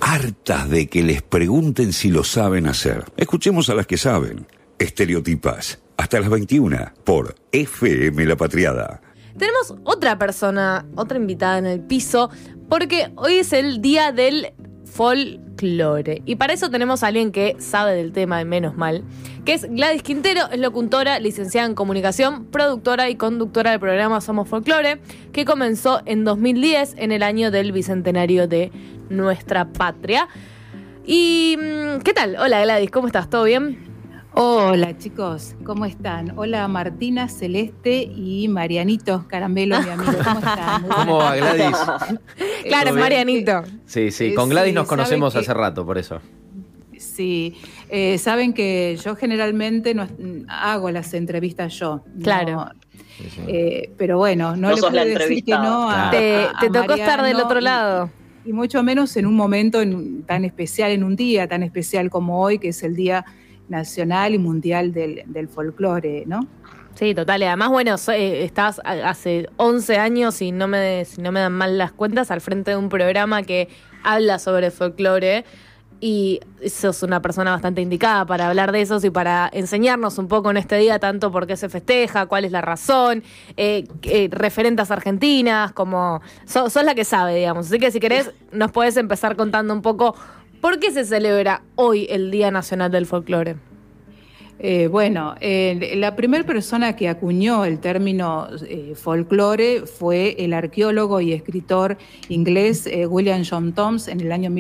hartas de que les pregunten si lo saben hacer. Escuchemos a las que saben. Estereotipas. Hasta las 21 por FM La Patriada. Tenemos otra persona, otra invitada en el piso, porque hoy es el día del folclore. Y para eso tenemos a alguien que sabe del tema, de menos mal, que es Gladys Quintero, es locutora, licenciada en comunicación, productora y conductora del programa Somos Folclore, que comenzó en 2010, en el año del bicentenario de nuestra patria. Y, ¿qué tal? Hola Gladys, ¿cómo estás? ¿Todo bien? Hola chicos, ¿cómo están? Hola Martina, Celeste y Marianito Caramelo, mi amigo. ¿Cómo están? ¿Cómo va Gladys? Claro, Marianito. Sí, con Gladys nos conocemos que, hace rato, por eso. Sí, saben que yo generalmente no hago las entrevistas yo. Claro. No, pero bueno, no le puedo decir que no a Te tocó Mariano, estar del otro lado. Y mucho menos en un momento tan especial, en un día tan especial como hoy, que es el Día Nacional y Mundial del Folclore, ¿no? Sí, total. Y además, bueno, estás hace 11 años, si no me dan mal las cuentas, al frente de un programa que habla sobre folclore. Y sos una persona bastante indicada para hablar de eso y para enseñarnos un poco en este día tanto por qué se festeja, cuál es la razón, referentes argentinas, como sos la que sabe, digamos. Así que si querés, nos podés empezar contando un poco por qué se celebra hoy el Día Nacional del Folclore. La primera persona que acuñó el término folclore fue el arqueólogo y escritor inglés William John Thoms en el año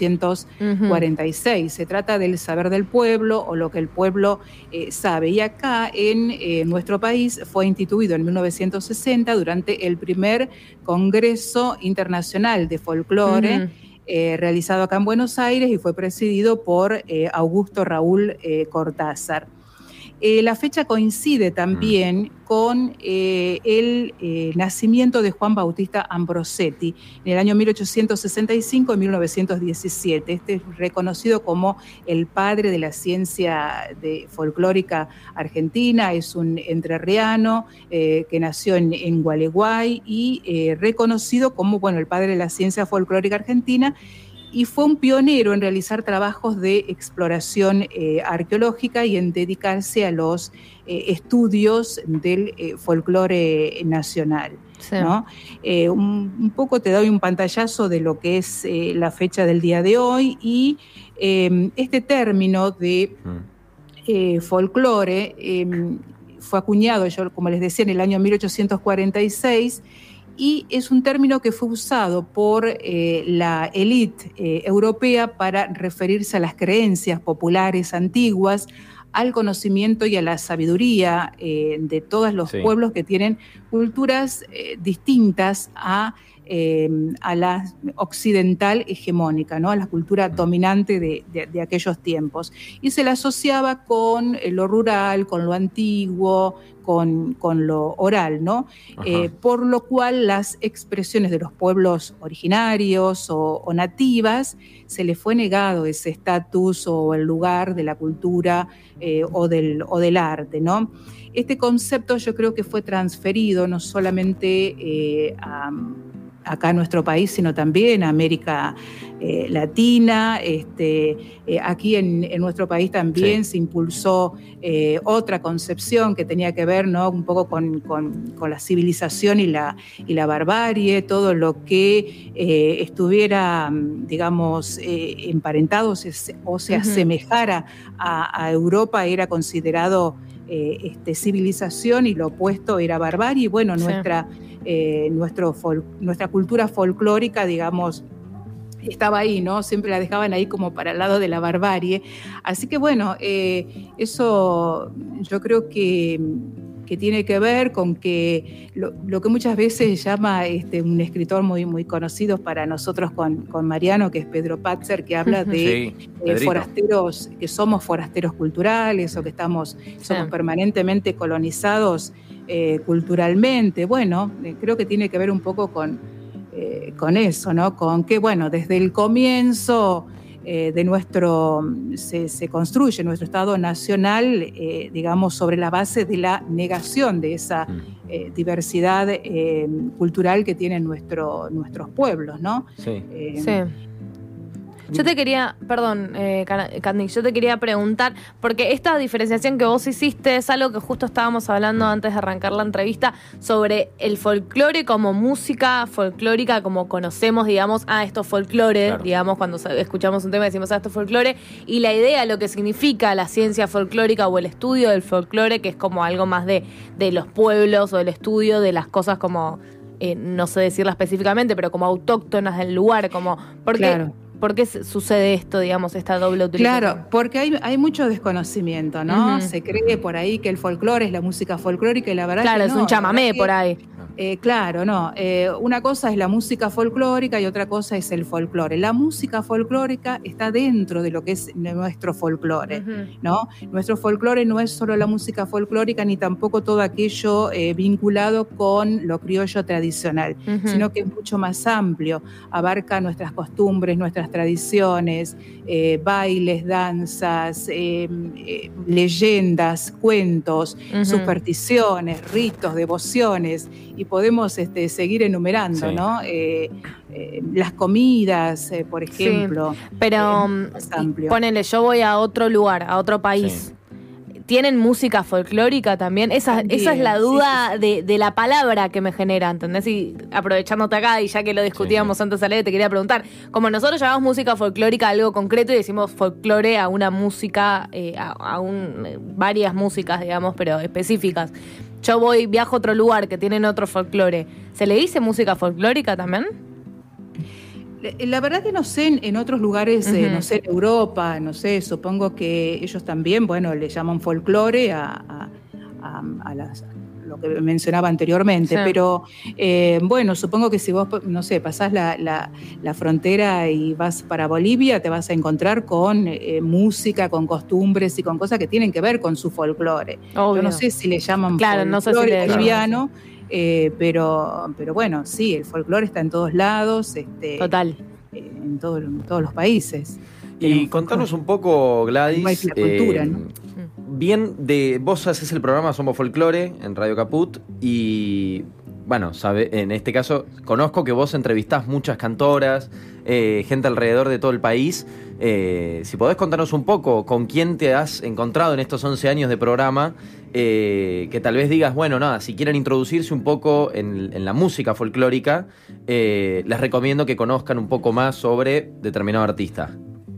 1846. Se trata del saber del pueblo o lo que el pueblo sabe. Y acá en nuestro país fue instituido en 1960 durante el primer Congreso Internacional de Folclore, realizado acá en Buenos Aires y fue presidido por Augusto Raúl Cortázar. La fecha coincide también con el nacimiento de Juan Bautista Ambrosetti en el año 1865 y 1917. Este es reconocido como el padre de la ciencia folclórica argentina, es un entrerriano que nació en Gualeguay y reconocido como el padre de la ciencia folclórica argentina. Y fue un pionero en realizar trabajos de exploración arqueológica y en dedicarse a los estudios del folclore nacional, sí, ¿no? Un poco te doy un pantallazo de lo que es la fecha del día de hoy y este término de folclore fue acuñado, yo como les decía, en el año 1846. Y es un término que fue usado por la élite europea para referirse a las creencias populares antiguas, al conocimiento y a la sabiduría de todos los pueblos que tienen culturas distintas a la occidental hegemónica, ¿no? A la cultura dominante de aquellos tiempos. Y se la asociaba con lo rural, con lo antiguo, con lo oral, ¿no? Por lo cual las expresiones de los pueblos originarios o nativas se les fue negado ese estatus o el lugar de la cultura o del arte, ¿no? Este concepto yo creo que fue transferido no solamente acá en nuestro país, sino también a América Latina. Aquí en nuestro país también se impulsó otra concepción que tenía que ver, ¿no? Un poco con la civilización y la barbarie, todo lo que estuviera, digamos, emparentado o se asemejara a Europa era considerado civilización y lo opuesto era barbarie. Y bueno, nuestra cultura folclórica, digamos, estaba ahí, ¿no? Siempre la dejaban ahí como para el lado de la barbarie. Así que bueno, eso yo creo que tiene que ver con que lo que muchas veces llama un escritor muy, muy conocido para nosotros con Mariano, que es Pedro Patzer, que habla de forasteros, que somos forasteros culturales o que somos permanentemente colonizados culturalmente. Bueno, creo que tiene que ver un poco con eso, ¿no? Con que, bueno, desde el comienzo se construye nuestro Estado nacional, digamos, sobre la base de la negación de esa diversidad cultural que tienen nuestros pueblos, ¿no? Sí. Yo te quería, perdón, Candy, yo te quería preguntar, porque esta diferenciación que vos hiciste es algo que justo estábamos hablando antes de arrancar la entrevista, sobre el folclore como música folclórica, como conocemos, digamos, esto es folclore, claro. Digamos, cuando escuchamos un tema decimos, esto es folclore, y la idea, lo que significa la ciencia folclórica o el estudio del folclore, que es como algo más de los pueblos o el estudio de las cosas como... no sé decirla específicamente, pero como autóctonas del lugar, como ¿por qué sucede esto, digamos, esta doble utilización? Claro, porque hay mucho desconocimiento, ¿no? Uh-huh. Se cree por ahí que el folclore es la música folclórica y la verdad claro, es que no. Es un chamamé por ahí. Claro, no. Una cosa es la música folclórica y otra cosa es el folclore. La música folclórica está dentro de lo que es nuestro folclore, uh-huh. ¿No? Nuestro folclore no es solo la música folclórica ni tampoco todo aquello vinculado con lo criollo tradicional, uh-huh. Sino que es mucho más amplio. Abarca nuestras costumbres, nuestras tradiciones, bailes, danzas, leyendas, cuentos, uh-huh. Supersticiones, ritos, devociones, y podemos seguir enumerando, sí. ¿No? Las comidas, por ejemplo. Sí, pero ponele, yo voy a otro lugar, a otro país. Sí. ¿Tienen música folclórica también? Esa es la duda sí. de la palabra que me genera, ¿entendés? Y aprovechándote acá, y ya que lo discutíamos antes al aire, te quería preguntar, como nosotros llamamos música folclórica a algo concreto y decimos folclore a una música, varias músicas, digamos, pero específicas. Yo viajo a otro lugar que tienen otro folclore. ¿Se le dice música folclórica también? La verdad que no sé, en otros lugares, uh-huh. No sé, en Europa, no sé, supongo que ellos también, bueno, le llaman folclore a lo que mencionaba anteriormente, sí. Pero bueno, supongo que si vos, no sé, pasás la frontera y vas para Bolivia, te vas a encontrar con música, con costumbres y con cosas que tienen que ver con su folclore. Yo no sé si le llaman folclore boliviano, pero bueno, sí, el folclore está en todos lados, total, en todos los países. Y contanos un poco, Gladys, la cultura, ¿no? Bien, vos haces el programa Somos Folclore en Radio Caput y, bueno, en este caso conozco que vos entrevistás muchas cantoras, gente alrededor de todo el país. Si podés contarnos un poco con quién te has encontrado en estos 11 años de programa, que tal vez digas, bueno, nada, si quieren introducirse un poco en la música folclórica, les recomiendo que conozcan un poco más sobre determinado artista.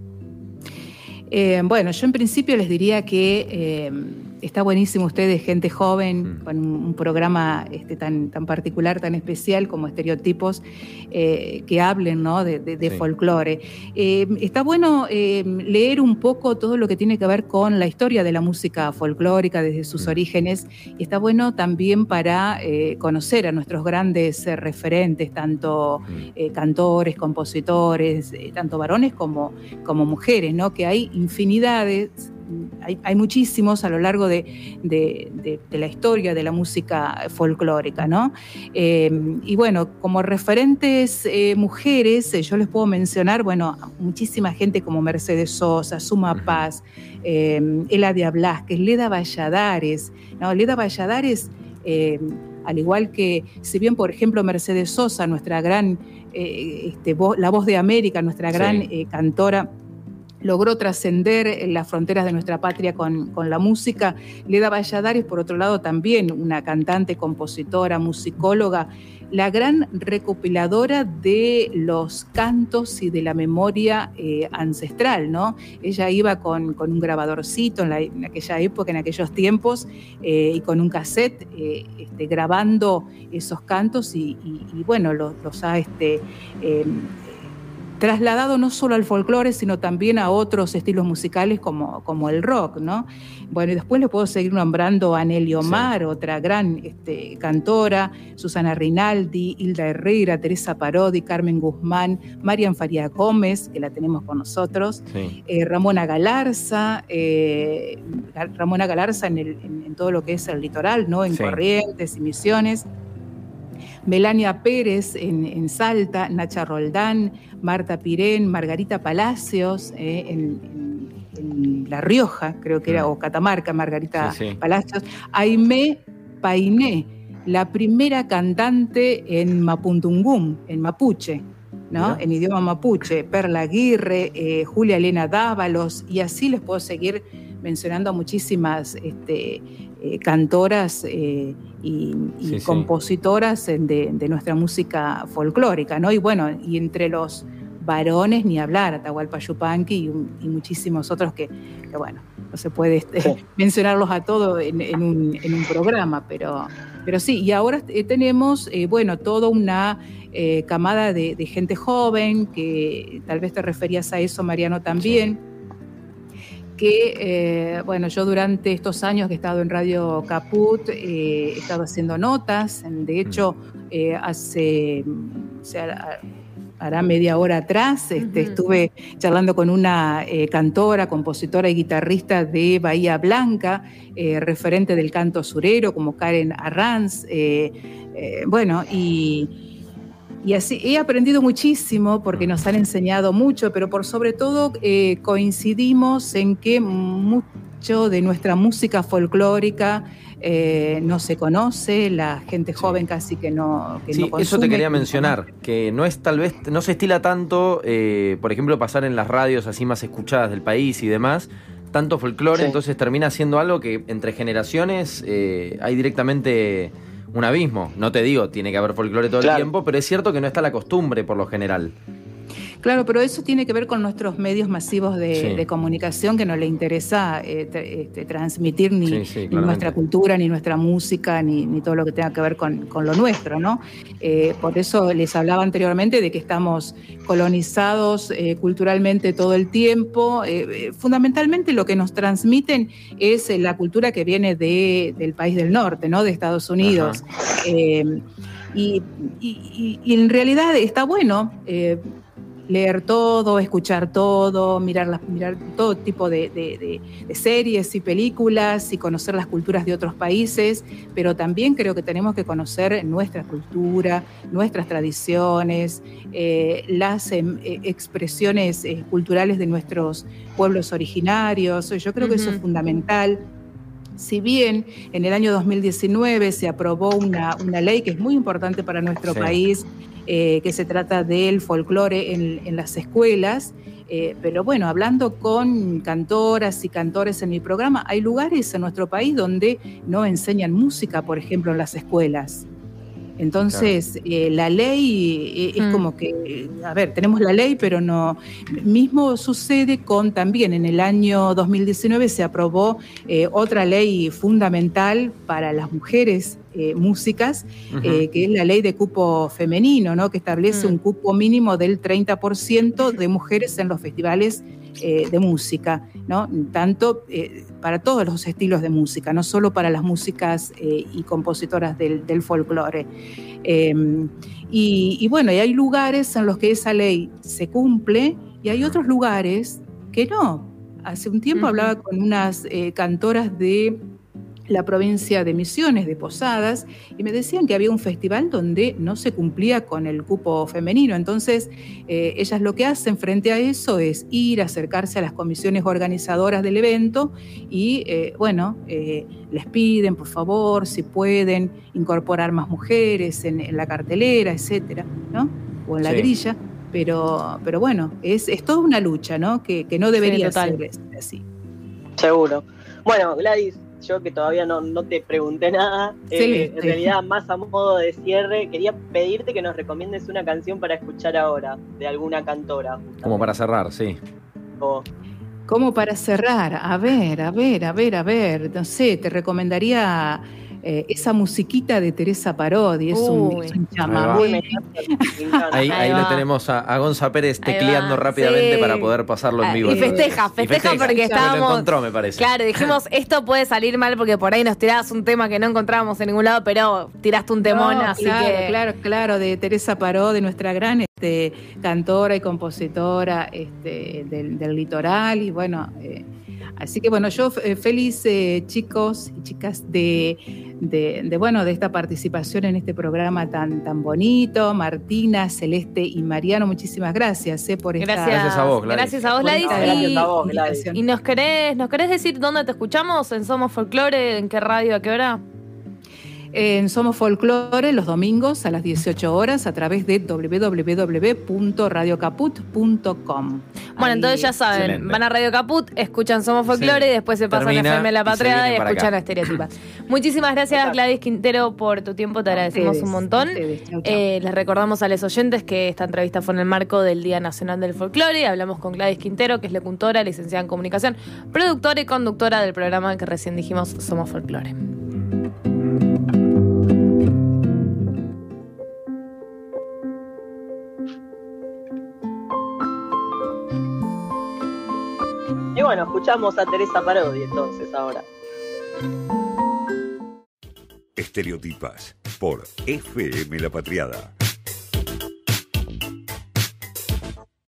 Bueno, yo en principio les diría que está buenísimo ustedes, gente joven, con un programa tan particular, tan especial como Estereotipos, que hablen, ¿no? de sí. Folclore. Está bueno leer un poco todo lo que tiene que ver con la historia de la música folclórica desde sus orígenes, y está bueno también para conocer a nuestros grandes referentes, tanto cantores, compositores, tanto varones como mujeres, ¿no? Que hay infinidades, hay muchísimos a lo largo de la historia de la música folclórica, ¿no? Y bueno, como referentes mujeres, yo les puedo mencionar, bueno, muchísima gente como Mercedes Sosa, Suma Paz, Eladia Blasquez, Leda Valladares, ¿no? Leda Valladares, al igual que, si bien, por ejemplo, Mercedes Sosa, nuestra gran, la voz de América, nuestra gran cantora, logró trascender las fronteras de nuestra patria con la música. Leda Valladares, por otro lado, también una cantante, compositora, musicóloga, la gran recopiladora de los cantos y de la memoria ancestral, ¿no? Ella iba con un grabadorcito en aquella época, en aquellos tiempos, y con un cassette grabando esos cantos y bueno, los ha trasladado no solo al folclore, sino también a otros estilos musicales como el rock, ¿no? Bueno, y después le puedo seguir nombrando a Nelly Omar, sí. Otra gran cantora, Susana Rinaldi, Hilda Herrera, Teresa Parodi, Carmen Guzmán, Marian Faría Gómez, que la tenemos con nosotros, sí. Ramona Galarza en todo lo que es el litoral, ¿no? En sí. Corrientes y Misiones. Melania Pérez en Salta, Nacha Roldán, Marta Pirén, Margarita Palacios en La Rioja, creo que era, o Catamarca, Margarita Palacios, Aimé Painé, la primera cantante en Mapudungún, en Mapuche, ¿no? En idioma mapuche, Perla Aguirre, Julia Elena Dávalos, y así les puedo seguir mencionando a muchísimas cantoras y compositoras de nuestra música folclórica, ¿no? Y bueno, y entre los varones ni hablar, Atahualpa Yupanqui y muchísimos otros que bueno, no se puede mencionarlos a todos en un programa, pero sí, y ahora tenemos, bueno, toda una camada de gente joven, que tal vez te referías a eso, Mariano, también, que, bueno, yo durante estos años que he estado en Radio Caput, he estado haciendo notas, de hecho, hará media hora atrás, estuve charlando con una cantora, compositora y guitarrista de Bahía Blanca, referente del canto surero, como Karen Arranz, bueno, y así he aprendido muchísimo porque nos han enseñado mucho, pero por sobre todo coincidimos en que mucho de nuestra música folclórica no se conoce, la gente joven casi que no consume. Eso te quería mencionar, que no es tal vez, no se estila tanto, por ejemplo, pasar en las radios así más escuchadas del país y demás, tanto folclore, entonces termina siendo algo que entre generaciones hay directamente un abismo. No te digo, tiene que haber folclore todo el tiempo, pero es cierto que no está la costumbre por lo general. Claro, pero eso tiene que ver con nuestros medios masivos de comunicación, que no le interesa transmitir ni nuestra cultura, ni nuestra música, ni todo lo que tenga que ver con lo nuestro, ¿no? Por eso les hablaba anteriormente de que estamos colonizados culturalmente todo el tiempo. Fundamentalmente lo que nos transmiten es la cultura que viene del país del norte, ¿no? De Estados Unidos. Y en realidad está bueno leer todo, escuchar todo, mirar todo tipo de series y películas y conocer las culturas de otros países, pero también creo que tenemos que conocer nuestra cultura, nuestras tradiciones, las expresiones culturales de nuestros pueblos originarios. Yo creo que eso es fundamental. Si bien en el año 2019 se aprobó una ley que es muy importante para nuestro país, que se trata del folclore en las escuelas, pero bueno, hablando con cantoras y cantores en mi programa, hay lugares en nuestro país donde no enseñan música, por ejemplo, en las escuelas. Entonces, la ley es como que, a ver, tenemos la ley, pero no. Mismo sucede con también en el año 2019 se aprobó otra ley fundamental para las mujeres músicas, que es la ley de cupo femenino, ¿no? Que establece un cupo mínimo del 30% de mujeres en los festivales de música, ¿no? Tanto para todos los estilos de música, no solo para las músicas y compositoras del folclore. Y bueno, y hay lugares en los que esa ley se cumple y hay otros lugares que no. Hace un tiempo hablaba con unas cantoras de la provincia de Misiones, de Posadas, y me decían que había un festival donde no se cumplía con el cupo femenino. Entonces, ellas lo que hacen frente a eso es ir, acercarse a las comisiones organizadoras del evento y, les piden, por favor, si pueden incorporar más mujeres en la cartelera, etcétera, ¿no? O en la grilla. Pero bueno, es toda una lucha, ¿no? Que no debería ser así. Seguro. Bueno, Gladys, yo que todavía no te pregunté nada, en realidad más a modo de cierre, quería pedirte que nos recomiendes una canción para escuchar ahora, de alguna cantora. Justamente. Como para cerrar, sí. Como para cerrar, a ver, no sé, te recomendaría esa musiquita de Teresa Parodi, es un chamamé. Ahí lo tenemos a Gonza Pérez tecleando rápidamente para poder pasarlo en vivo. Y festeja porque estábamos... Lo encontró, me parece. Claro, dijimos, esto puede salir mal porque por ahí nos tirabas un tema que no encontrábamos en ningún lado, pero tiraste un temón, así que... Claro, de Teresa Parodi, nuestra gran cantora y compositora del litoral, y bueno... Así que bueno, yo feliz, chicos y chicas, de esta participación en este programa tan bonito. Martina, Celeste y Mariano, muchísimas gracias por esta... Gracias a vos, Gladys. Gracias a vos, Gladys. Gracias a vos, Gladys. ¿Y nos querés decir dónde te escuchamos? ¿En Somos Folclore? ¿En qué radio? ¿A qué hora? En Somos Folclore los domingos a las 18 horas a través de www.radiocaput.com. Bueno, entonces ya saben, excelente. van a Radio Caput, escuchan Somos Folclore Sí. y después se pasan a Termina FM La y se Patriada y vienen para escuchan acá. a Estereotipas. Muchísimas gracias, Exacto. Gladys Quintero, por tu tiempo, te agradecemos Ustedes, un montón. ustedes. Chau, chau. Les recordamos a los oyentes que esta entrevista fue en el marco del Día Nacional del Folclore. Hablamos con Gladys Quintero, que es locutora, licenciada en comunicación, productora y conductora del programa que recién dijimos, Somos Folclore. Y bueno, escuchamos a Teresa Parodi entonces ahora. Estereotipas por FM La Patriada.